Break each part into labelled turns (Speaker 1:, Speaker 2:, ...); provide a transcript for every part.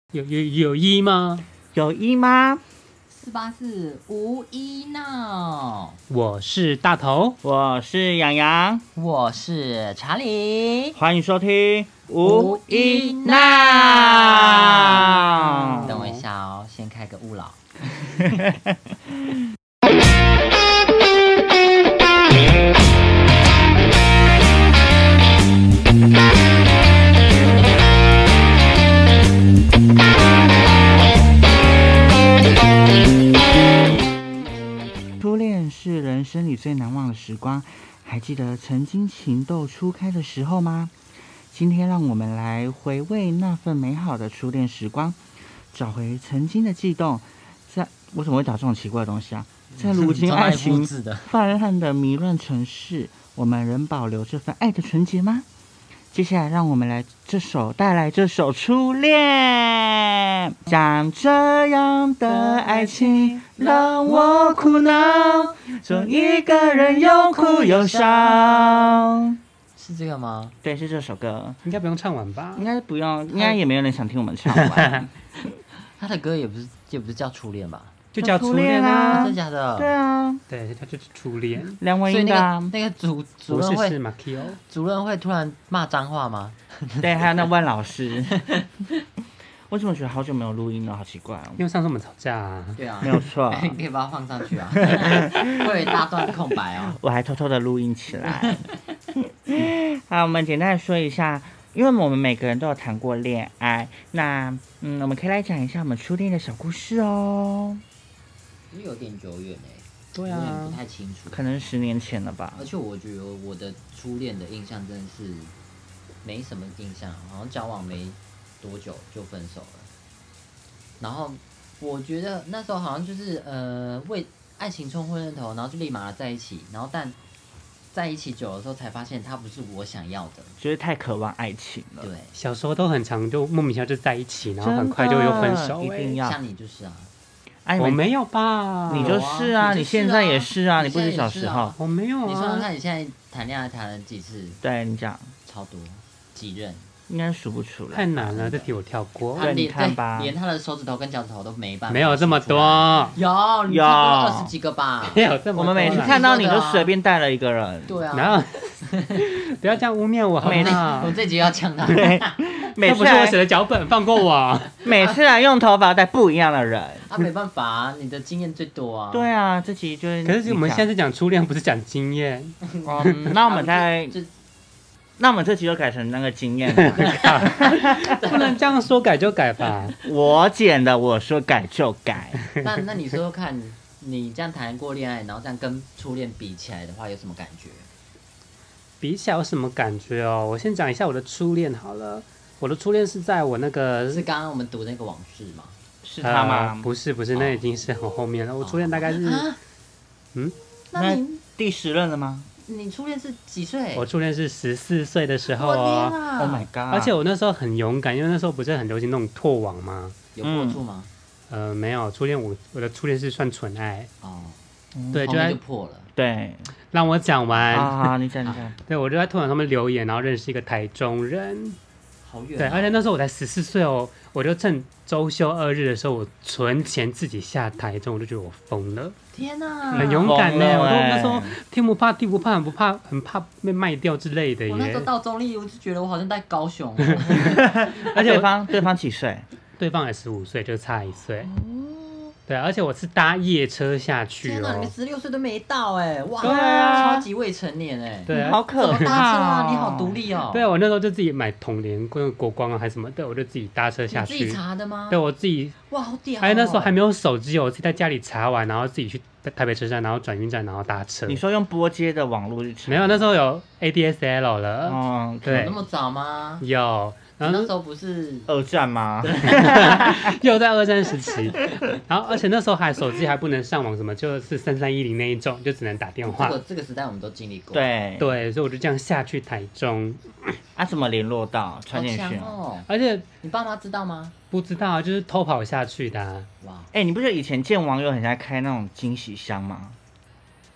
Speaker 1: 有一吗？
Speaker 2: 有一吗
Speaker 3: 484无一闹，
Speaker 1: 我是大头，
Speaker 2: 我是洋洋，
Speaker 3: 我是查理，
Speaker 2: 欢迎收听
Speaker 3: 无一
Speaker 2: 闹。
Speaker 3: 等我一下哦，先开个勿扰。
Speaker 2: 初恋是人生里最难忘的时光，还记得曾经情窦初开的时候吗？今天让我们来回味那份美好的初恋时光，找回曾经的悸动。我怎么会打这种奇怪的东西啊？在如今爱情泛滥的迷乱城市，我们仍保留这份爱的纯洁吗？接下来让我们带来这首《初恋》。像这样的爱情让我苦恼，总一个人又哭又笑。
Speaker 3: 是这个吗？
Speaker 2: 对，是这首歌。
Speaker 1: 应该不用唱完吧？
Speaker 2: 应该不用，应该也没有人想听我们唱完。
Speaker 3: 他的歌也不是叫初恋吧？
Speaker 1: 就叫初恋啊！
Speaker 3: 真的假的？
Speaker 2: 对啊，
Speaker 1: 对，他就是初恋。
Speaker 2: 梁文音的
Speaker 3: 那个主任会
Speaker 1: 是马 Q，
Speaker 3: 主任会突然骂脏话吗？
Speaker 2: 对，还有那万老师。我怎么觉得好久没有录音了，好奇怪哦。
Speaker 1: 因为上次我们吵架啊。
Speaker 3: 对啊，
Speaker 2: 没有错。
Speaker 3: 你可以把它放上去啊，会有一大段空白哦。
Speaker 2: 我还偷偷的录音起来。好，我们简单的说一下，因为我们每个人都有谈过恋爱，那我们可以来讲一下我们初恋的小故事哦。
Speaker 3: 有点久远哎，
Speaker 1: 对啊，
Speaker 3: 有点不太清楚，
Speaker 2: 可能10年前了吧。
Speaker 3: 而且我觉得我的初恋的印象真的是没什么印象，好像交往没多久就分手了。然后我觉得那时候好像就是为爱情冲昏了头，然后就立马在一起，然后但在一起久的时候才发现他不是我想要的，
Speaker 2: 就是太渴望爱情了。
Speaker 3: 对，
Speaker 1: 小时候都很常就莫名其妙就在一起，然后很快就又分手。
Speaker 2: 一定要。
Speaker 3: 像你就是啊。
Speaker 1: 我没有吧？
Speaker 2: 你就是啊，你现在也是啊，你不是小时候。
Speaker 1: 我没有啊。
Speaker 3: 你说说看，你现在谈恋爱谈了几次？
Speaker 2: 对你讲，
Speaker 3: 超多，几任？
Speaker 2: 应该数不出来。
Speaker 1: 太难了，这题我跳过。
Speaker 2: 对，你看吧，
Speaker 3: 连他的手指头跟脚趾头都没办法。
Speaker 1: 没有这么多。
Speaker 3: 有20几个吧？
Speaker 1: 没有这么多。
Speaker 2: 我们每次看到你就随便带了一个人。
Speaker 3: 对啊。
Speaker 1: 然后不要这样污蔑我好不好？
Speaker 3: 我这集要呛他。
Speaker 2: 每次
Speaker 1: 不是我写的脚本，放过我。
Speaker 2: 每次来用头发带不一样的人。
Speaker 3: 啊，没办法，你的经验最多啊。
Speaker 2: 对啊，这集就是。
Speaker 1: 可是我们现在是讲初恋，不是讲经验。
Speaker 2: 那我们这集就改成那个经验。
Speaker 1: 不能这样说改就改吧。
Speaker 2: 我剪的，我说改就改。
Speaker 3: 那你说说看，你这样谈过恋爱，然后这样跟初恋比起来的话，有什么感觉？
Speaker 1: 比起来有什么感觉哦？我先讲一下我的初恋好了。我的初恋是在我那个
Speaker 3: 是刚刚我们读那个往事吗？
Speaker 2: 是他吗？
Speaker 1: 不是，那已经是很后面了。我初恋大概是，
Speaker 3: 那你
Speaker 2: 第10任了吗？
Speaker 3: 你初恋是几岁？
Speaker 1: 我初恋是14岁的时候
Speaker 3: 哦。
Speaker 2: Oh my god！
Speaker 1: 而且我那时候很勇敢，因为那时候不是很流行那种拓网吗？
Speaker 3: 有破处吗？
Speaker 1: 没有。初恋我的初恋是算纯爱。
Speaker 3: 哦。
Speaker 1: 对，
Speaker 3: 就破了。
Speaker 2: 对，
Speaker 1: 让我讲完。
Speaker 2: 好，你讲。
Speaker 1: 对，我就在拓网上面留言，然后认识一个台中人。
Speaker 3: 好远。
Speaker 1: 对，而且那时候我才14岁哦，我就趁周休2日的时候，我存钱自己下台中，我就觉得我疯了。
Speaker 3: 天哪，
Speaker 1: 很勇敢呢！我那时候天不怕地不怕，很怕被卖掉之类的耶。
Speaker 3: 我那时候到中立，我就觉得我好像在高雄。
Speaker 2: 而且对方几岁？
Speaker 1: 对方也15岁，就差1岁。对，而且我是搭夜车下去哦。
Speaker 3: 天哪，你们16岁都没到哎！哇，
Speaker 1: 对啊，
Speaker 3: 超级未成年哎。
Speaker 1: 对，
Speaker 2: 好可怕。
Speaker 3: 怎么搭车啊？你好独立哦。
Speaker 1: 对啊，我那时候就自己买统联、国光啊，还是什么的，我就自己搭车下去。
Speaker 3: 你自己查的吗？
Speaker 1: 对，我自己。
Speaker 3: 哇，好屌！
Speaker 1: 那时候还没有手机哦，我自己在家里查完，然后自己去台北车站，然后转运站，然后搭车。
Speaker 2: 你说用拨接的网络去查？
Speaker 1: 没有，那时候有 ADSL 了。
Speaker 2: 哦，
Speaker 1: 对，
Speaker 3: 有那么早吗？
Speaker 1: 有。然后
Speaker 3: 那时候不是
Speaker 2: 2战吗？
Speaker 1: 又在2战时期，然后而且那时候手机还不能上网，什么就是3310那一种，就只能打电话。
Speaker 3: 这个时代我们都经历过。
Speaker 2: 对，
Speaker 1: 所以我就这样下去台中。
Speaker 2: 怎么联络到？传简讯
Speaker 3: 哦。
Speaker 1: 而且
Speaker 3: 你爸妈知道吗？
Speaker 1: 不知道，就是偷跑下去的。
Speaker 3: 哇！
Speaker 2: 你不觉得以前见网友很像开那种惊喜箱吗？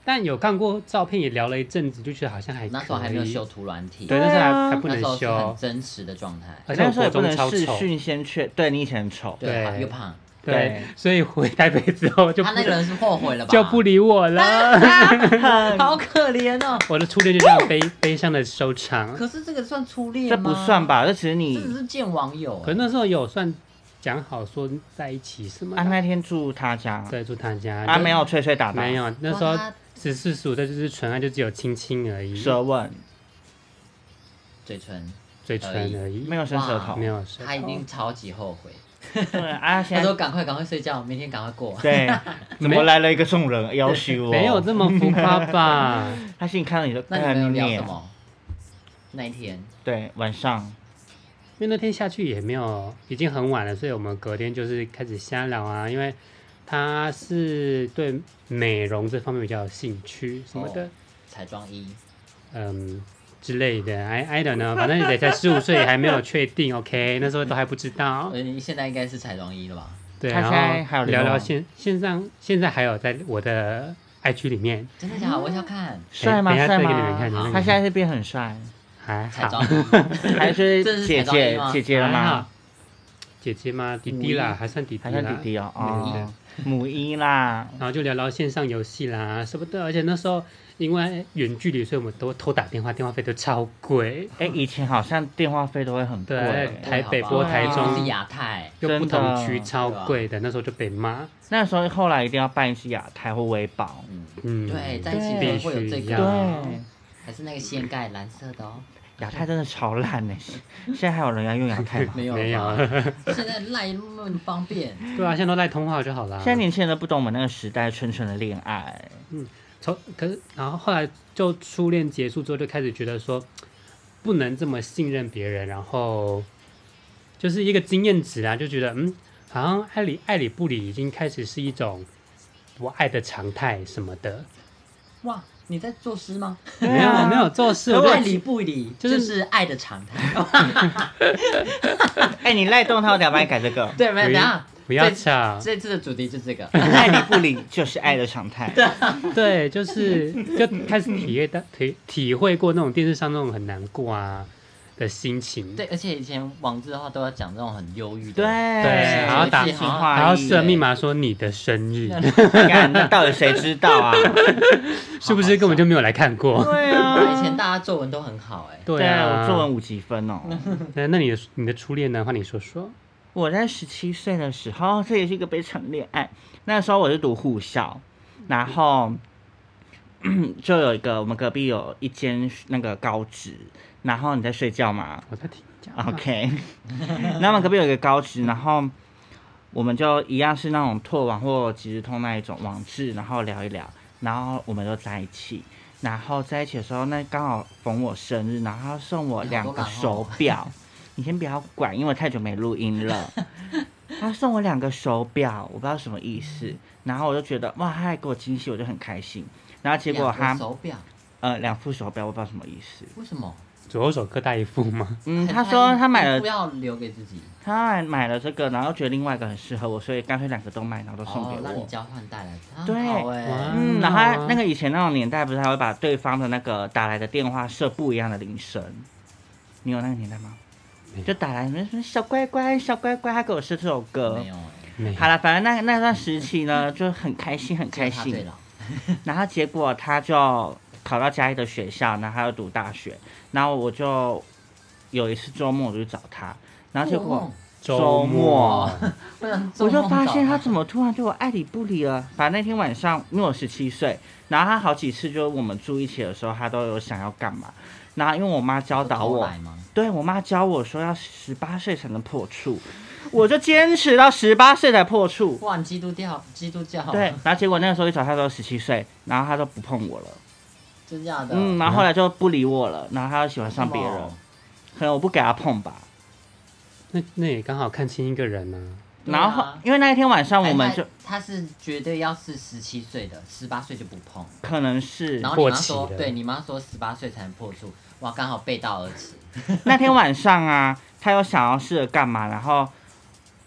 Speaker 1: 但有看过照片，也聊了一阵子，就觉得好像还可以。
Speaker 3: 那时候还没有修图软体，
Speaker 1: 对，那时候还不
Speaker 3: 那时候是
Speaker 1: 能修
Speaker 3: 很，真实的状态。
Speaker 1: 而且我
Speaker 2: 那时候也不
Speaker 1: 国中超
Speaker 2: 能视
Speaker 1: 丑，
Speaker 2: 讯先确，对你以前很丑，
Speaker 1: 对
Speaker 3: 又胖，
Speaker 1: 对，所以回台北之后就
Speaker 3: 他那个人是后悔了吧？
Speaker 1: 就不理我了。
Speaker 3: 好可怜哦。
Speaker 1: 我的初恋就这样悲伤的收场。
Speaker 3: 可是这个算初恋
Speaker 2: 这
Speaker 3: 吗？
Speaker 2: 不算吧？这只是
Speaker 3: 这
Speaker 2: 你
Speaker 3: 只是见网友。
Speaker 1: 可是那时候有算讲好说在一起什么的？
Speaker 2: 那天住他家，
Speaker 1: 对，住他家。
Speaker 2: 没有吹吹打打，
Speaker 1: 没有，那时候
Speaker 3: 他
Speaker 1: 14、15，这就是纯爱，就只有亲亲而已，
Speaker 2: 舌吻，
Speaker 3: 嘴唇，
Speaker 1: 嘴唇而已，
Speaker 2: 没有伸舌头
Speaker 1: 没，有舌头。
Speaker 3: 他一定超级后悔。
Speaker 2: 对啊，
Speaker 3: 他
Speaker 2: 现在
Speaker 3: 说赶快睡觉，明天赶快过。
Speaker 2: 对，怎么来了一个众人要求我？
Speaker 1: 没有这么浮夸吧？
Speaker 2: 他心里看到你就
Speaker 3: 那你们有聊
Speaker 2: 念
Speaker 3: 什么？那一天
Speaker 2: 对，晚上
Speaker 1: 因为那天下去也没有，已经很晚了，所以我们隔天就是开始瞎聊啊。因为他是对美容这方面比较有兴趣什么的，
Speaker 3: 彩妆衣，
Speaker 1: 之类的。I don't know，反正也才15岁，也还没有确定。OK，那时候都还不知道。
Speaker 3: 你现在应该是彩妆衣了吧？
Speaker 1: 对，
Speaker 2: 他现在还有
Speaker 1: 然后聊聊
Speaker 2: 联络
Speaker 1: 现在还有在我的 IG 里面，
Speaker 3: 真的假的？我想看
Speaker 2: 帅吗？
Speaker 1: 等一下
Speaker 2: 帅
Speaker 1: 再给你们看
Speaker 2: 吗？
Speaker 1: 等一下
Speaker 2: 他现在是变很帅，
Speaker 1: 还好
Speaker 3: 彩妆。衣，
Speaker 2: 还是
Speaker 3: 这是
Speaker 2: 姐
Speaker 3: 彩妆衣吗
Speaker 2: 姐姐姐了
Speaker 1: 还好
Speaker 2: 吗？
Speaker 1: 姐姐吗？弟弟啦，还算弟弟
Speaker 2: 还
Speaker 1: 啦，
Speaker 2: 算弟弟哦，
Speaker 1: 对对
Speaker 2: 哦，母一啦，
Speaker 1: 然后就聊聊线上游戏啦什么的，而且那时候因为远距离，所以我们都偷打电话，电话费都超贵。
Speaker 2: 哎，以前好像电话费都会很贵，
Speaker 1: 对台北拨台
Speaker 3: 是
Speaker 1: 中
Speaker 3: 亚太，
Speaker 1: 又不同区
Speaker 2: 真的
Speaker 1: 超贵的，那时候就被骂。
Speaker 2: 那时候后来一定要办一次亚太或微保，
Speaker 3: 对，在一起
Speaker 2: 对
Speaker 3: 的会有这
Speaker 1: 必须要
Speaker 3: 个，
Speaker 2: 对，
Speaker 3: 还是那个掀盖蓝色的哦。
Speaker 2: 亚太真的超烂呢，现在还有人要用亚太吗？
Speaker 3: 没有
Speaker 1: 没有
Speaker 3: 吧现在赖那么方便，
Speaker 1: 对啊，现在都赖通话就好啦。
Speaker 2: 现在年轻人都不懂我们那个时代纯纯的恋爱，
Speaker 1: 可是然后后来就初恋结束之后，就开始觉得说不能这么信任别人，然后就是一个经验值啊，就觉得好像爱理不理已经开始是一种不爱的常态什么的。
Speaker 3: 哇！你在作诗吗？
Speaker 1: 没有做事，我就
Speaker 3: 爱理不理就是爱的常态。
Speaker 2: 哎，你赖动他，我等下帮你改这个，
Speaker 3: 对，没有，等一下
Speaker 1: 不要吵。
Speaker 3: 这次的主题就是这个。
Speaker 2: 爱理不理就是爱的常态。
Speaker 1: 对，就开始体会过那种电视上那种很难过啊的心情。
Speaker 3: 对，而且以前网志的话都要讲这种很忧郁的，
Speaker 2: 对，
Speaker 1: 然后打
Speaker 2: 情话，
Speaker 1: 然后设密码说你的生日，
Speaker 2: 干，那到底谁知道啊？
Speaker 1: 是不是根本就没有来看过？
Speaker 2: 对啊，
Speaker 3: 以前大家作文都很好哎。
Speaker 2: 对
Speaker 1: 对啊，
Speaker 2: 我作文5级分哦。
Speaker 1: 那你的初恋呢？换你说说。
Speaker 2: 我在17岁的时候，这也是一个悲惨恋爱。那时候我是读护校，然后就有一个我们隔壁有一间那个高职，然后你在睡觉吗
Speaker 1: 我在听讲。
Speaker 2: ？OK，然后我们隔壁有一个高职，然后我们就一样是那种拓网或即时通那一种网志，然后聊一聊，然后我们就在一起。然后在一起的时候，那刚好逢我生日，然后他送我2个手表。你先不要管，因为我太久没录音了。他送我2个手表，我不知道什么意思。然后我就觉得哇，他还给我惊喜，我就很开心。然后结果他
Speaker 3: 手表
Speaker 2: 2副手表，我不知道什么意思。
Speaker 3: 为什么？
Speaker 1: 左右手各带一副吗？
Speaker 2: 他说他买了，
Speaker 3: 不要留给自己。
Speaker 2: 他买了这个，然后觉得另外一个很适合我，所以干脆2个都买，然后都送给我。
Speaker 3: 让你交换带来，
Speaker 2: 对
Speaker 1: 哇
Speaker 2: 然后他那个以前那种年代，不是还会把对方的那个打来的电话设不一样的铃声？你有那个年代吗？就打来什么小乖乖小乖乖，他给我设这首歌。
Speaker 3: 没有
Speaker 1: 没有
Speaker 2: 好了，反正那段时期呢，就很开心很开心。然后结果他就考到嘉义的学校，然后他又读大学。然后我就有一次周末我就去找他，然后结果周末我就发现他怎么突然对我爱理不理了。反正那天晚上因为我17岁，然后他好几次就是我们住一起的时候，他都有想要干嘛。然后因为我妈教导我，对我妈教我说要18岁才能破处，我就坚持到18岁才破处。
Speaker 3: 哇，你基督教
Speaker 2: 对，然后结果那个时候一找他都17岁，然后他都不碰我了，
Speaker 3: 真假的？
Speaker 2: 然后后来就不理我了，然后他就喜欢上别人，可能我不给他碰吧。
Speaker 1: 那也刚好看清一个人呢。
Speaker 2: 然后因为那一天晚上我们就
Speaker 3: 他是绝对要是17岁的，18岁就不碰，
Speaker 2: 可能是。
Speaker 3: 然后你妈说，对你妈说18岁才能破处，哇，刚好背道而驰。
Speaker 2: 那天晚上啊，他有想要试着干嘛，然后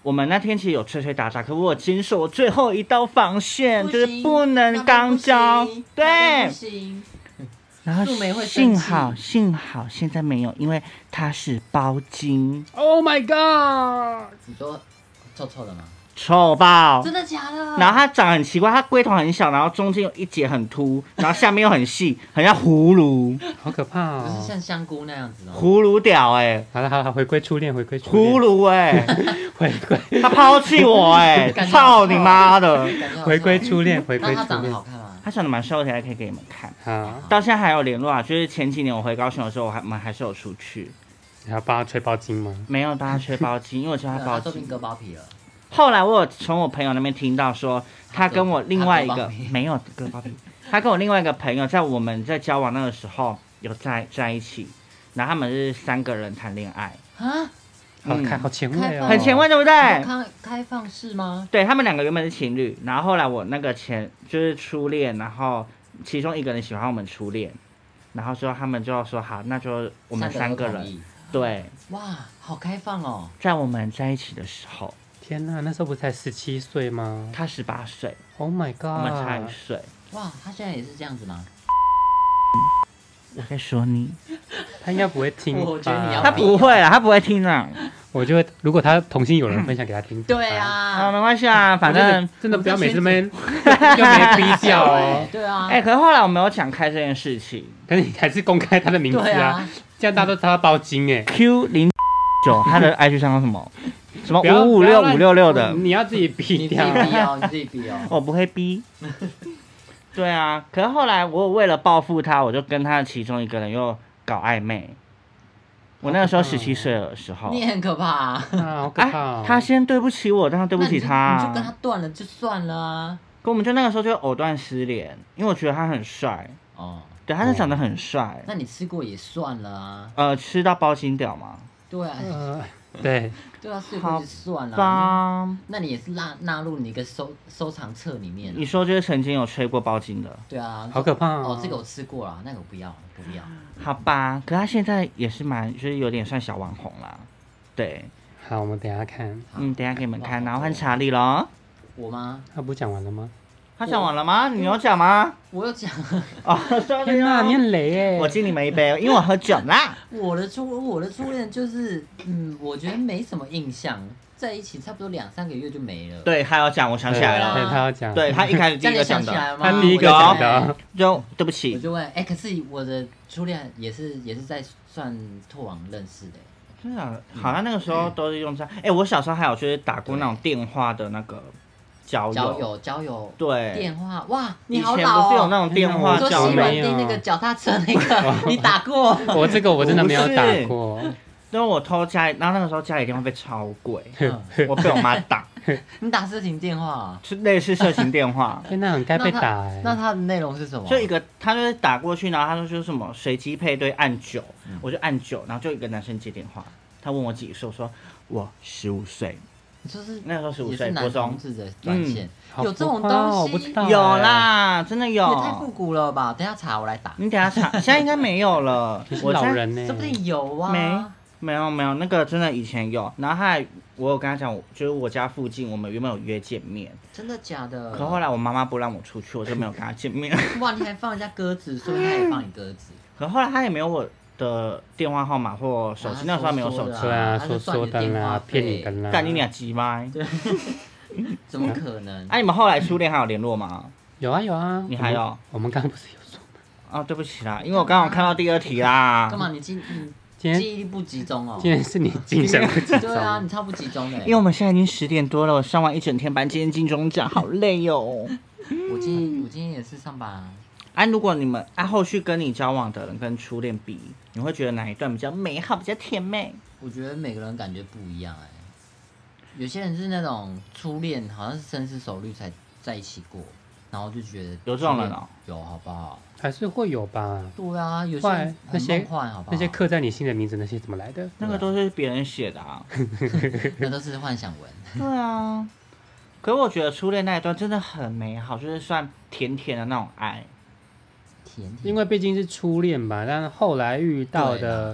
Speaker 2: 我们那天其实有吹吹打打，可我坚守我最后一道防线，
Speaker 3: 不
Speaker 2: 就是不能肛交。对，
Speaker 3: 不行。
Speaker 2: 然后
Speaker 3: 素梅会生气
Speaker 2: 幸好现在没有，因为它是包茎，
Speaker 1: Oh my god！
Speaker 3: 你说臭臭的吗？
Speaker 2: 臭爆。
Speaker 3: 真的假的？
Speaker 2: 然后它长得很奇怪，它龟头很小，然后中间有一节很凸，然后下面又很细，很像葫芦，
Speaker 1: 好可怕哦！
Speaker 3: 不是像香菇那样子哦。
Speaker 2: 葫芦屌
Speaker 1: 好了好了，回归初恋，回归初
Speaker 2: 葫
Speaker 1: 恋，
Speaker 2: 芦
Speaker 1: 回归
Speaker 2: 他抛弃我
Speaker 3: 感觉好
Speaker 2: 操你妈的！
Speaker 3: 感觉好
Speaker 1: 回归初恋，回
Speaker 3: 那他
Speaker 1: 归初恋。
Speaker 3: 长得好看吗？
Speaker 2: 他长得蛮瘦的，还可以给你们看。
Speaker 1: 好，
Speaker 2: 到现在还有联络啊，就是前几年我回高雄的时候，我们还是有出去，
Speaker 1: 你要帮他吹包巾吗？
Speaker 2: 没有帮他吹包巾，因为我叫他包巾
Speaker 3: 他说不定。割包皮了。
Speaker 2: 后来我有从我朋友那边听到说，他跟我另外一个
Speaker 3: 他割包皮
Speaker 2: 没有割包皮，他跟我另外一个朋友在我们在交往那个时候有在一起，然后他们是3个人谈恋爱，
Speaker 3: 啊？
Speaker 1: 好看，好前卫哦，
Speaker 3: 开放
Speaker 2: 很前卫，对不对？
Speaker 3: 开放式吗？
Speaker 2: 对他们2个原本是情侣，然后后来我那个就是初恋，然后其中一个人喜欢我们初恋，然后之后他们就说好，那就我们3个人，对，
Speaker 3: 哇，好开放哦！
Speaker 2: 在我们在一起的时候，
Speaker 1: 天哪，那时候不才17岁吗
Speaker 2: 他18岁，
Speaker 1: ？Oh my
Speaker 2: 我们差1
Speaker 1: god！
Speaker 2: 岁。
Speaker 3: 哇，他现在也是这样子吗？
Speaker 2: 我在说你，
Speaker 1: 他应该不会听吧，
Speaker 3: 我觉得你要
Speaker 2: 他不会啦，他不会听的。
Speaker 1: 我就会，如果他同性有人分享给他听，
Speaker 3: 对
Speaker 2: 啊，
Speaker 3: 啊，
Speaker 2: 没关系啊，反正
Speaker 1: 真的不要每次没又没逼掉哦。
Speaker 3: 对啊，
Speaker 2: 可是后来我没有讲开这件事情。
Speaker 1: 可是你还是公开他的名字啊
Speaker 3: 对啊，
Speaker 1: 这样大家都知道他包金哎。
Speaker 2: Q09，他的 IG 上有什么？什么
Speaker 1: 不要
Speaker 2: 556566的？
Speaker 1: 你要自己逼
Speaker 3: 你自己
Speaker 1: 掉。
Speaker 3: 逼哦，你自己逼哦。
Speaker 2: 我不会逼。对啊，可是后来我为了报复他，我就跟他的其中一个人又搞暧昧。我那个时候17岁的时候，
Speaker 3: 你也很可怕啊！
Speaker 1: 好可怕哦。
Speaker 2: 他先对不起我，但他对不起他，
Speaker 3: 你就跟他断了就算了啊。
Speaker 2: 可我们就那个时候就藕断丝连，因为我觉得他很帅，
Speaker 3: 哦，
Speaker 2: 对，他是长得很帅。
Speaker 3: 那你吃过也算了啊。
Speaker 2: 吃到包心屌吗？
Speaker 3: 对啊，
Speaker 1: 对，
Speaker 3: 对啊，吃过就算了啊。
Speaker 2: 吧，
Speaker 3: 那你也是纳入你一个收藏册里面啊。
Speaker 2: 你说就是曾经有吹过包茎的，
Speaker 3: 对啊，
Speaker 1: 好可怕
Speaker 3: 哦！这个我吃过了，那个我不要，不要。
Speaker 2: 好吧？可他现在也是就是有点算小网红啦。对，
Speaker 1: 好，我们等一下看。
Speaker 2: 等一下给你们看，然后换查理咯。
Speaker 3: 我吗？
Speaker 1: 他不是讲完了吗？
Speaker 2: 他讲完了吗？你有讲吗？
Speaker 3: 我有讲。
Speaker 2: 哦，sorry
Speaker 1: 天哪，你
Speaker 2: 哦，
Speaker 1: 很雷哎！
Speaker 2: 我敬你们一杯，因为我喝酒啦。
Speaker 3: 我的初恋就是，我觉得没什么印象，在一起差不多2-3个月就没了。
Speaker 2: 对，他有讲，我想起来
Speaker 1: 对，
Speaker 2: 了。
Speaker 1: 他要讲。
Speaker 2: 对他一开始第
Speaker 3: 这样你
Speaker 2: 一个讲的，
Speaker 3: 想起来了吗？
Speaker 1: 他第一个讲的
Speaker 3: 我
Speaker 2: 就对不
Speaker 3: 我
Speaker 2: 起，
Speaker 3: 就问，可是我的初恋也是在算拓网认识的。
Speaker 2: 真的好像那个时候都是用这样。我小时候还有就是打过那种电话的那个交友，对，
Speaker 3: 电话，哇，你
Speaker 2: 以前
Speaker 3: 好老
Speaker 2: 不是有那种电话
Speaker 3: 你说西
Speaker 2: 交友？
Speaker 3: 门町那个脚踏车那个，你打过？
Speaker 1: 我这个我真的没有打过。
Speaker 2: 因为我偷家里，然后那个时候家里电话费超贵，
Speaker 3: 嗯
Speaker 2: 我被我妈打，
Speaker 3: 你打色情电话啊？
Speaker 2: 是类似色情电话。
Speaker 1: 天哪，很该被打哎。
Speaker 3: 那它的内容是什么？
Speaker 2: 就一个，他就是打过去，然后他说就是什么随机配对按9，我就按9，然后就一个男生接电话，他问我几岁，我说我15岁，
Speaker 3: 就是
Speaker 2: 那个时候15岁，
Speaker 3: 也是男
Speaker 2: 国中
Speaker 3: 同志的专线，
Speaker 1: 好
Speaker 3: 有这种
Speaker 1: 浮夸哦
Speaker 3: 东西？
Speaker 1: 我不知道
Speaker 2: 有啦，真的
Speaker 3: 也太复
Speaker 2: 有。
Speaker 3: 古了吧！等一下查我来打，
Speaker 2: 你等一下查，现在应该没有了。
Speaker 1: 你是
Speaker 2: 我在
Speaker 1: 老人呢。
Speaker 3: 说不定有啊。
Speaker 2: 没有，那个真的以前有，然后我有跟他讲，就是我家附近我们原本有约见面，
Speaker 3: 真的假的？
Speaker 2: 可后来我妈妈不让我出去，我就没有跟他见面。
Speaker 3: 哇，你还放人家鸽子，说不定他也放你鸽子。
Speaker 2: 可后来他也没有我的电话号码或手机，那时候还没有手机。
Speaker 1: 对啊，
Speaker 3: 他就算
Speaker 1: 说的
Speaker 3: 你电话
Speaker 1: 啦，
Speaker 3: 费
Speaker 1: 骗你的啦。
Speaker 2: 干你俩鸡掰！
Speaker 3: 怎么可能？
Speaker 2: 你们后来初恋还有联络吗？
Speaker 1: 有啊有啊，
Speaker 2: 你还有？
Speaker 1: 我们刚刚不是有说吗？
Speaker 2: 对不起啦，因为我刚好看到第2题啦。
Speaker 3: 干嘛？你
Speaker 1: 今天
Speaker 3: 记忆力不集中哦？
Speaker 1: 今天是你精神不集中。
Speaker 3: 对啊，你超不集中的。
Speaker 2: 因为我们现在已经10点多了，我上完一整天班，今天金钟奖，好累哦。
Speaker 3: 我今天也是上班啊。
Speaker 2: 如果你们后续跟你交往的人跟初恋比，你会觉得哪一段比较美好，比较甜美？
Speaker 3: 我觉得每个人感觉不一样有些人是那种初恋好像是深思熟虑才在一起过，然后就觉得
Speaker 2: 有这种人哦，
Speaker 3: 有好不好？
Speaker 1: 还是会有吧。
Speaker 3: 对啊，有些人很梦幻，好不好？
Speaker 1: 那些刻在你心的名字，那些怎么来的？
Speaker 2: 那个都是别人写的啊。
Speaker 3: 那都是幻想文。
Speaker 2: 对啊，可是我觉得初恋那一段真的很美好，就是算甜甜的那种爱。
Speaker 3: 甜甜。
Speaker 1: 因为毕竟是初恋吧，但后来遇到的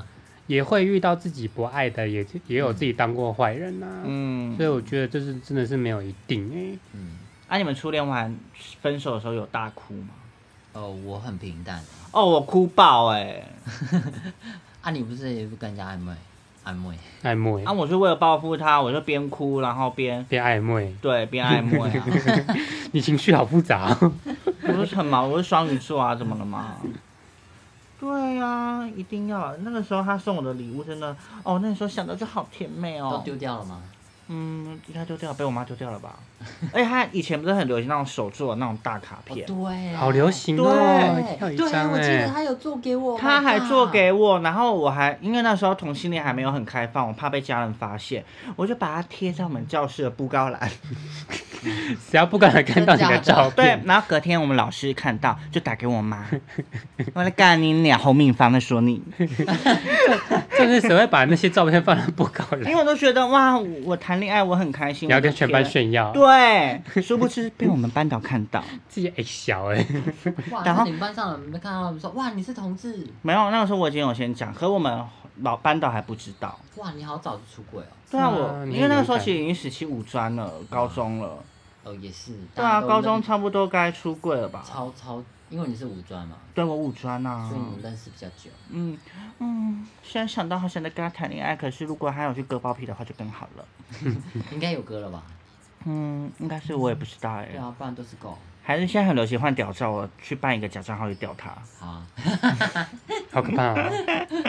Speaker 1: 也会遇到自己不爱的，也有自己当过坏人呐、所以我觉得这是真的是没有一定
Speaker 2: 你们初恋完分手的时候有大哭吗？
Speaker 3: 我很平淡。
Speaker 2: 我哭爆
Speaker 3: 你不是也不跟人家暧昧？
Speaker 1: 暧昧
Speaker 2: 我是为了报复他，我就边哭然后边
Speaker 1: 暧昧，
Speaker 2: 对，边暧昧啊。
Speaker 1: 你情绪好复杂
Speaker 2: 我不是很忙，我是双鱼座啊，怎么了吗？对呀，一定要。那个时候他送我的礼物真的，那时候想到就好甜美哦。
Speaker 3: 都丢掉了吗？
Speaker 2: 应该丢掉，被我妈丢掉了吧？而且他以前不是很流行那种手做的那种大卡片，
Speaker 3: 对，
Speaker 1: 好流行
Speaker 2: 对，
Speaker 3: 我记得他有做给我，
Speaker 2: 他还做给我，然后我还因为那时候同性恋还没有很开放，我怕被家人发现，我就把它贴在我们教室的布告栏。
Speaker 1: 只要不敢看到你的照片，
Speaker 2: 对，然后隔天我们老师看到就打给我妈，我来干你俩侯敏芳在说你，
Speaker 1: 就是谁会把那些照片放在布告栏？
Speaker 2: 因为我都觉得哇，我谈恋爱我很开心，
Speaker 1: 你要跟全班炫耀，
Speaker 2: 对，殊不知被我们班导看到，
Speaker 1: 自己小
Speaker 3: 哇，然后你们班上人没看到他们说哇你是同志？
Speaker 2: 没有，那个时候我已经有先讲，可是我们班导还不知道。
Speaker 3: 哇，你好早就出柜哦。
Speaker 2: 对啊，因为那个时候其实已经17、5专了，高中了。
Speaker 3: 也是。
Speaker 2: 对啊，高中差不多该出柜了吧？
Speaker 3: 超，因为你是5专嘛。
Speaker 2: 对，我5专啊。
Speaker 3: 所以你们认识比较久。
Speaker 2: 现在想到好想再跟他谈恋爱，可是如果他有去割包皮的话就更好了。
Speaker 3: 应该有割了吧？
Speaker 2: 应该是，我也不知道
Speaker 3: 对啊，不然都是狗。
Speaker 2: 还是现在很流行换屌照，我去办一个假账号去屌他。
Speaker 3: 好。
Speaker 1: 好可怕啊！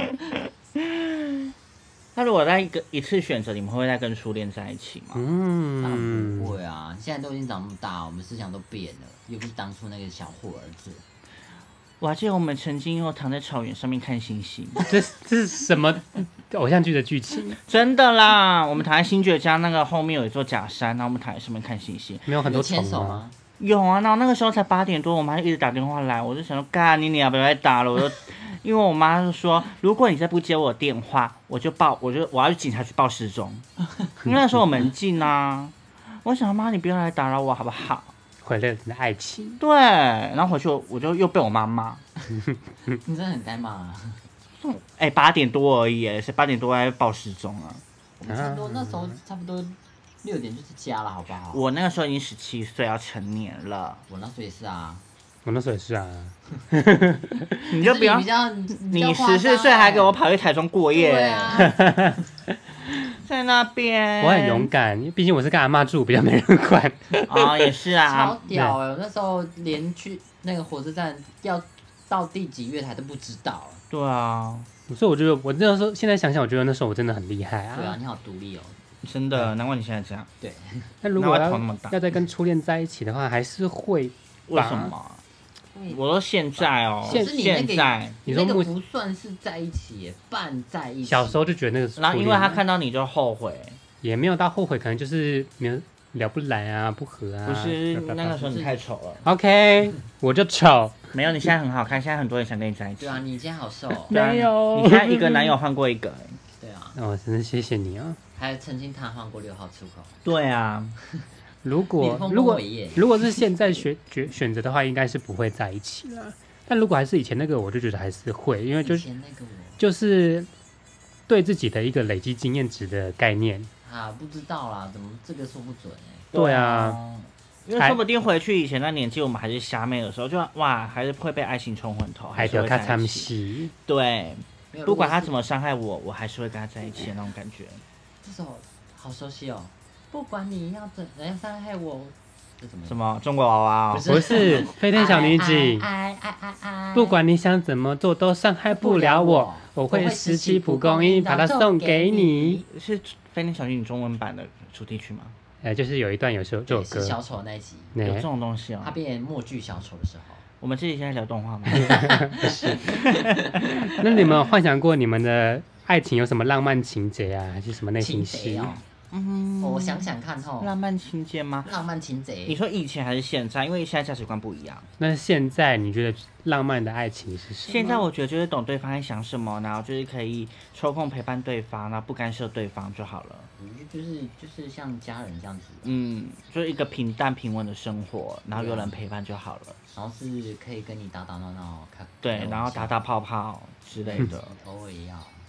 Speaker 2: 那如果在一次选择，你们会再跟初恋在一起吗？
Speaker 3: 当然不会啊！现在都已经长那么大，我们思想都变了，又不是当初那个小虎儿子。
Speaker 2: 我还记得我们曾经又躺在草原上面看星星。
Speaker 1: 这是什么偶像剧的剧情？
Speaker 2: 真的啦，我们躺在新觉江那个后面有一座假山，然后我们躺在上面看星星。
Speaker 1: 没有很多
Speaker 3: 牵手吗？
Speaker 2: 有啊，然后那个时候才8点多，我妈就一直打电话来，我就想说，干你俩不要再打了，我就因为我妈就说，如果你再不接我电话，我要去警察局报失踪。因为那时候我门禁啊，我想妈你不要来打扰我好不好？
Speaker 1: 毁了你的爱情。
Speaker 2: 对，然后回去我就又被我妈骂。
Speaker 3: 你真的很该骂啊
Speaker 2: ！8点多而已，是8点多还报失踪啊。
Speaker 3: 我们差不多那时候差不多6点就是家了，好不好？
Speaker 2: 我那个时候已经17岁，要成年了。
Speaker 3: 我那时候也是啊。
Speaker 1: 我那时候也是啊。
Speaker 2: 你就不要，你14岁还给我跑去台中过夜。
Speaker 3: 对啊。
Speaker 2: 在那边。
Speaker 1: 我很勇敢，毕竟我是跟阿嬷住，比较没人管。
Speaker 2: 也是啊。
Speaker 3: 超屌我那时候连去那个火车站要到第几月台都不知道。
Speaker 2: 对啊。
Speaker 1: 所以我觉得我那时候现在想想，我觉得那时候我真的很厉害啊。
Speaker 3: 对啊，你好独立哦。
Speaker 2: 真的，难怪你现在这样。
Speaker 3: 对。
Speaker 1: 那如果要再跟初恋在一起的话，还是会。
Speaker 2: 为什么？我说现在哦，
Speaker 3: 现
Speaker 2: 在
Speaker 3: 你那个不算是在一起，半在一起。
Speaker 1: 小时候就觉得那个是初恋，
Speaker 2: 然后因为他看到你就后悔，
Speaker 1: 也没有到后悔，可能就是没有聊不来啊，不合啊。
Speaker 2: 不是那个时候你太丑了。
Speaker 1: OK， 我就丑。
Speaker 2: 没有，你现在很好看，现在很多人想跟你在一起。
Speaker 3: 对啊，你现在好瘦。
Speaker 1: 没有，
Speaker 2: 你现在一个男友换过一个。
Speaker 3: 对啊。
Speaker 1: 真的谢谢你啊。
Speaker 3: 还曾经瘫痪过6号出口。
Speaker 2: 对啊。
Speaker 1: 如果是现在选择的话，应该是不会在一起了。但如果还是以前那个，我就觉得还是会，因为就是对自己的一个累积经验值的概念
Speaker 3: 啊，不知道啦，怎么这个说不准
Speaker 1: 对啊，
Speaker 2: 因为说不定回去以前那年纪，我们还是瞎妹的时候，就哇，还是会被爱情冲昏头，还是会在一起。对，不管他怎么伤害我，我还是会跟他在一起的那种感觉。
Speaker 3: 这首好熟悉哦。不管你要怎样伤害我，
Speaker 2: 什么中国娃娃？
Speaker 1: 不是飞天小女警。不管你想怎么做，都伤害不了我。我会17蒲公英把它送给你。
Speaker 2: 是飞天小女警中文版的主题曲吗？
Speaker 1: 就是有一段有时候这首歌。
Speaker 3: 是小丑那一集
Speaker 2: 有这种东西哦。
Speaker 3: 他变默剧小丑的时候。
Speaker 2: 我们这里现在聊动画吗？
Speaker 1: 是。那你们幻想过你们的爱情有什么浪漫情节啊，还是什么内心戏？
Speaker 3: 我想想看吼，
Speaker 2: 浪漫情节吗？
Speaker 3: 浪漫情节，
Speaker 2: 你说以前还是现在？因为现在价值观不一样。
Speaker 1: 那现在你觉得浪漫的爱情是什么？
Speaker 2: 现在我觉得就是懂对方在想什么，然后就是可以抽空陪伴对方，然后不干涉对方就好了。
Speaker 3: 就是像家人这样子。
Speaker 2: 就是一个平淡平稳的生活，然后有人陪伴就好了。
Speaker 3: 然后是可以跟你打打闹闹，
Speaker 2: 对，然后打打泡泡之类的。
Speaker 3: 偶尔也要。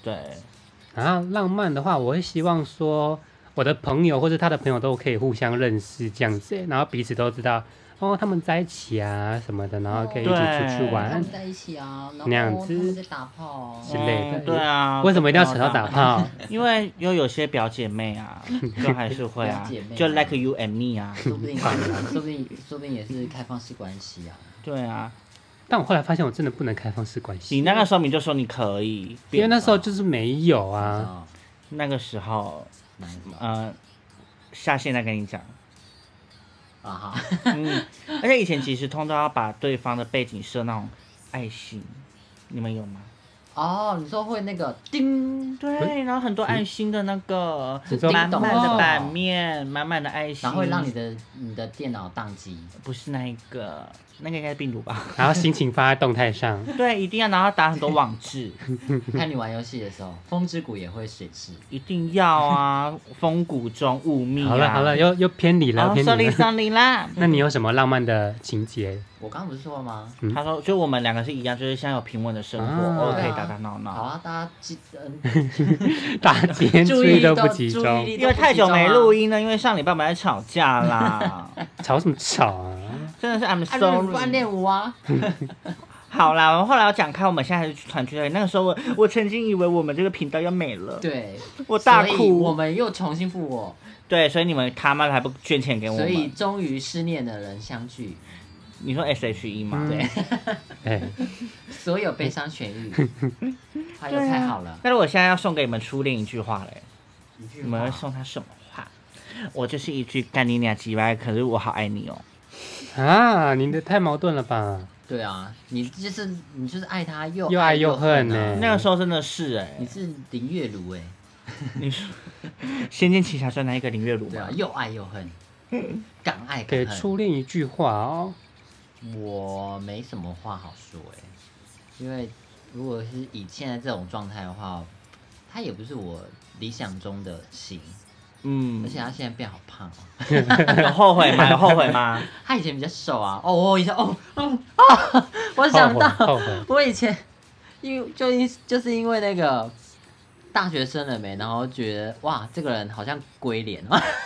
Speaker 2: 对，
Speaker 1: 然后浪漫的话，我会希望说我的朋友或者他的朋友都可以互相认识这样子，然后彼此都知道哦他们在一起啊什么的，然后可以一起出去
Speaker 3: 他
Speaker 1: 玩
Speaker 3: 们在一起啊，然后
Speaker 1: 那样子
Speaker 3: 他们在打炮
Speaker 1: 之类的。
Speaker 2: 对啊，
Speaker 1: 为什么一定要扯到打炮？
Speaker 2: 因为有些表姐妹啊，就还是会啊
Speaker 3: 表姐妹，啊
Speaker 2: 就 like you and me 啊，
Speaker 3: 说不定说不定也是开放式关系啊。
Speaker 2: 对啊，
Speaker 1: 但我后来发现我真的不能开放式关系，
Speaker 2: 你那个时候你就说你可以，
Speaker 1: 因为那时候就是没有啊。
Speaker 3: 啊，
Speaker 2: 那个时候，
Speaker 3: 哪一种
Speaker 2: 下线再跟你讲。
Speaker 3: 啊哈？
Speaker 2: 而且以前即时通都要把对方的背景设那种爱心，你们有吗？
Speaker 3: 哦，你说会那个叮，
Speaker 2: 对，然后很多爱心的那个
Speaker 1: 你说
Speaker 2: 满满
Speaker 3: 哦
Speaker 2: 的版面，满满的爱心，
Speaker 3: 然后会让你的电脑宕机。
Speaker 2: 不是那一个，那个应该是病毒吧？
Speaker 1: 然后心情发在动态上，
Speaker 2: 对，一定要，然后打很多网志，
Speaker 3: 看你玩游戏的时候，风之谷也会水池。
Speaker 2: 一定要啊！风谷中雾密啊！
Speaker 1: 好了好了，又偏离了，
Speaker 2: 哦
Speaker 1: 偏离了。
Speaker 2: ，sorry 啦。
Speaker 1: 那你有什么浪漫的情节？
Speaker 3: 我刚刚不是说了吗？
Speaker 2: 他说，就我们两个是一样，就是像有平稳的生活，
Speaker 1: 啊
Speaker 2: 偶尔可以
Speaker 3: 对啊
Speaker 2: 打打闹闹。
Speaker 3: 好啊，大家
Speaker 1: 大家今天注意力都不集中，
Speaker 2: 因为太久没录音了，因为上礼拜我们在吵架啦，
Speaker 1: 吵什么吵啊？
Speaker 2: 真的是 I'm
Speaker 3: 不然
Speaker 2: sorry。
Speaker 3: 练舞啊。
Speaker 2: 好啦，我们后来要讲开，我们现在还是团聚而已。那个时候我曾经以为我们这个频道要没了，
Speaker 3: 对，
Speaker 2: 我大
Speaker 3: 所以我
Speaker 2: 哭。
Speaker 3: 们又重新复活，
Speaker 2: 对，所以你们他妈的还不捐钱给我
Speaker 3: 所以
Speaker 2: 们？
Speaker 3: 终于失恋的人相聚，
Speaker 2: 你说 SHE 吗？
Speaker 3: 对，
Speaker 1: 哎，
Speaker 3: 所有悲伤痊愈，哎呦，
Speaker 2: 对啊
Speaker 3: 太好了！
Speaker 2: 那如果现在要送给你们初恋一句话嘞，
Speaker 3: 一句
Speaker 2: 你们会
Speaker 3: 话，
Speaker 2: 送他什么话？我就是一句干你俩鸡掰，可是我好爱你哦。
Speaker 1: 啊，你的太矛盾了吧？
Speaker 3: 对啊，你就是爱他又
Speaker 1: 又爱又恨
Speaker 3: 啊
Speaker 1: 呢
Speaker 2: 那个时候真的是哎、
Speaker 3: 你是林月如哎，
Speaker 2: 你说《仙剑奇侠传》那一个林月如吗
Speaker 3: 对啊，？又爱又恨，敢爱
Speaker 1: 给
Speaker 3: 敢恨。
Speaker 1: 初恋一句话哦。
Speaker 3: 我没什么话好说哎，因为如果是以现在这种状态的话，他也不是我理想中的型，
Speaker 2: 嗯
Speaker 3: 而，且他现在变好胖哦。
Speaker 2: 有后悔吗？有后悔吗？
Speaker 3: 他以前比较瘦啊，哦，我以前啊，我想到
Speaker 1: 后悔
Speaker 3: 我以前就是因为那个大学生了没，然后觉得哇，这个人好像龟脸，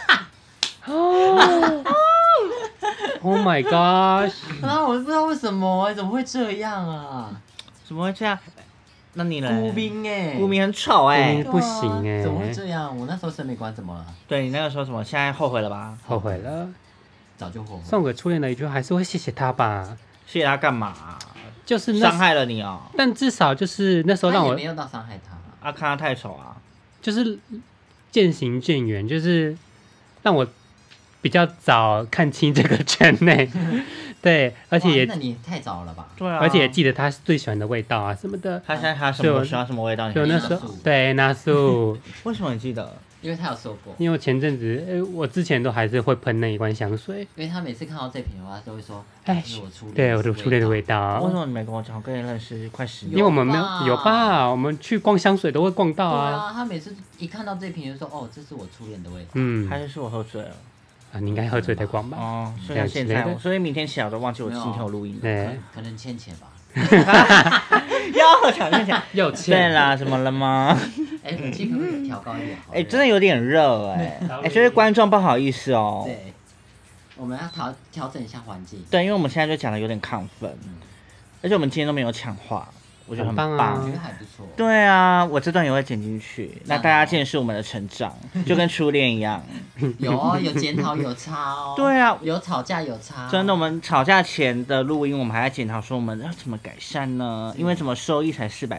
Speaker 1: Oh my gosh！
Speaker 3: 然后我不知道为什么怎么会这样啊？
Speaker 2: 怎么会这样？那你呢？
Speaker 3: 孤兵哎，
Speaker 2: 顾明很丑哎、
Speaker 1: 顾明不行哎
Speaker 3: 怎么会这样？我那时候审美观怎么了？
Speaker 2: 对你那个时候什么？现在后悔了吧？
Speaker 1: 后悔了。
Speaker 3: 早就后悔。
Speaker 1: 送给初恋的一句话，还是会谢谢他吧。
Speaker 2: 谢谢他干嘛、
Speaker 1: 就是那
Speaker 2: 伤害了你哦。
Speaker 1: 但至少就是那时候让我
Speaker 3: 他也没有到伤害他。
Speaker 2: 啊，看他太丑啊。
Speaker 1: 就是渐行渐远，就是让我比较早看清这个圈内，对，而且
Speaker 3: 哇
Speaker 1: 也
Speaker 3: 那你太早了吧？
Speaker 2: 对啊。
Speaker 1: 而且也记得他最喜欢的味道啊什么的。
Speaker 2: 他现在还什
Speaker 1: 所以我
Speaker 2: 么喜欢什么味道？你还
Speaker 1: 就那时
Speaker 2: 记得
Speaker 1: 候对那素，
Speaker 2: 为什么你记得？
Speaker 3: 因为他有说过，
Speaker 1: 因为我前阵子，我之前都还是会喷那一罐香水，
Speaker 3: 因为他每次看到这瓶的话，都会说：“
Speaker 1: 哎
Speaker 3: 这是我初恋，
Speaker 1: 对我的初恋的味
Speaker 3: 道。
Speaker 1: 道
Speaker 2: 为什。么你没跟我讲？我跟你认识快10年。
Speaker 1: 因为我们没
Speaker 3: 有吧
Speaker 1: 有有吧，我们去逛香水都会逛”到
Speaker 3: 对
Speaker 1: 啊。
Speaker 3: 啊，他每次一看到这瓶就说：“哦，这是我初恋的味道。
Speaker 1: 嗯，
Speaker 2: 还是我喝醉了？
Speaker 1: 啊，你应该喝醉才逛吧？
Speaker 2: 哦，所以他现在，
Speaker 1: 之类的
Speaker 2: 所以明天起来我都忘记我
Speaker 3: 没有
Speaker 2: 今天有录音了。
Speaker 1: 对，
Speaker 3: 可能欠钱吧。
Speaker 2: 要抢就抢。
Speaker 1: 又
Speaker 2: 对啦，怎么了吗？
Speaker 3: 哎，冷气可不可以调高一点？
Speaker 2: 哎、真的有点热哎、哎，所以观众不好意思哦。
Speaker 3: 对，我们要调整一下环境。
Speaker 2: 对，因为我们现在就讲的有点亢奋，而且我们今天都没有抢话，我觉得很
Speaker 1: 很棒啊
Speaker 3: 我觉得还不错。
Speaker 2: 对啊，我这段也会剪进去，那大家见识我们的成长，就跟初恋一样。
Speaker 3: 有哦，有检讨，有差哦。
Speaker 2: 对啊
Speaker 3: 有吵架，有差哦。
Speaker 2: 真的，我们吵架前的录音，我们还在检讨说我们要怎么改善呢？因为怎么收益才480。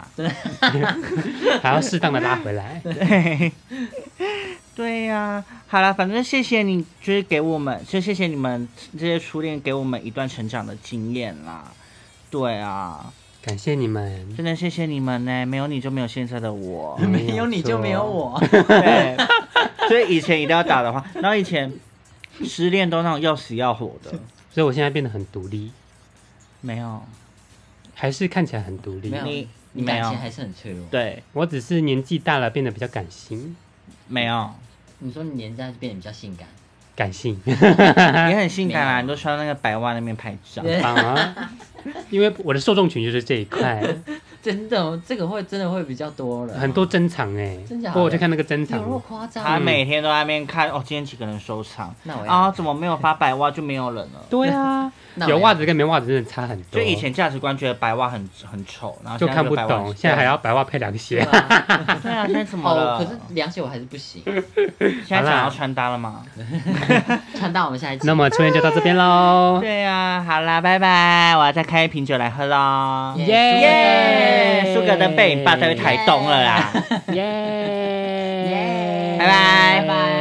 Speaker 1: 还要适当的拉回来。
Speaker 2: 对，对呀、好了，反正谢谢你，就是给我们，就谢谢你们这些初恋给我们一段成长的经验啦。对啊，
Speaker 1: 感谢你们，
Speaker 2: 真的谢谢你们呢，没有你就没有现在的我。
Speaker 3: 没有你就没有我。
Speaker 2: 对，所以以前一定要打的话，然后以前失恋都那种要死要活的，
Speaker 1: 所以我现在变得很独立，
Speaker 2: 没有，
Speaker 1: 还是看起来很独立
Speaker 3: 没。有
Speaker 2: 你
Speaker 3: 你
Speaker 2: 没有
Speaker 3: 感情还是很脆弱。
Speaker 2: 对，
Speaker 1: 我只是年纪大了，变得比较感性，
Speaker 2: 没有，
Speaker 3: 你说你年纪变得比较性感，
Speaker 1: 感性，
Speaker 2: 也很性感啦，
Speaker 3: 没有
Speaker 2: 你都穿到那个白袜那边拍照。
Speaker 3: 对
Speaker 1: 棒啊！因为我的受众群就是这一块，
Speaker 3: 真的，这个真的会比较多了，
Speaker 1: 很多珍藏哎，
Speaker 3: 真假的？
Speaker 1: 不过我去看那个珍藏
Speaker 3: 有那，么夸张？
Speaker 2: 他每天都在那边看哦，今天几个人收藏
Speaker 3: 那我要
Speaker 2: 啊？怎么没有发白袜就没有人了？
Speaker 1: 对啊，
Speaker 3: 那我要
Speaker 1: 有袜子跟没袜子真的差很多。
Speaker 2: 就以前价值观觉得白袜很丑，然后
Speaker 1: 就
Speaker 2: 现在
Speaker 1: 看不懂，现在还要白袜配凉
Speaker 3: 对
Speaker 1: 鞋。
Speaker 3: 啊
Speaker 2: 对啊，现在怎么了？
Speaker 3: 可是凉鞋我还是不行。
Speaker 2: 现在想要穿搭了吗？
Speaker 3: 穿到我们下一集。
Speaker 1: 那么初恋就到这边喽，
Speaker 2: 对啊，好啦，拜拜，我要再开一瓶酒来喝喽。
Speaker 3: 耶
Speaker 2: 苏格登被你爸带回台东了啦，
Speaker 1: 耶，
Speaker 2: 拜拜
Speaker 3: 拜拜。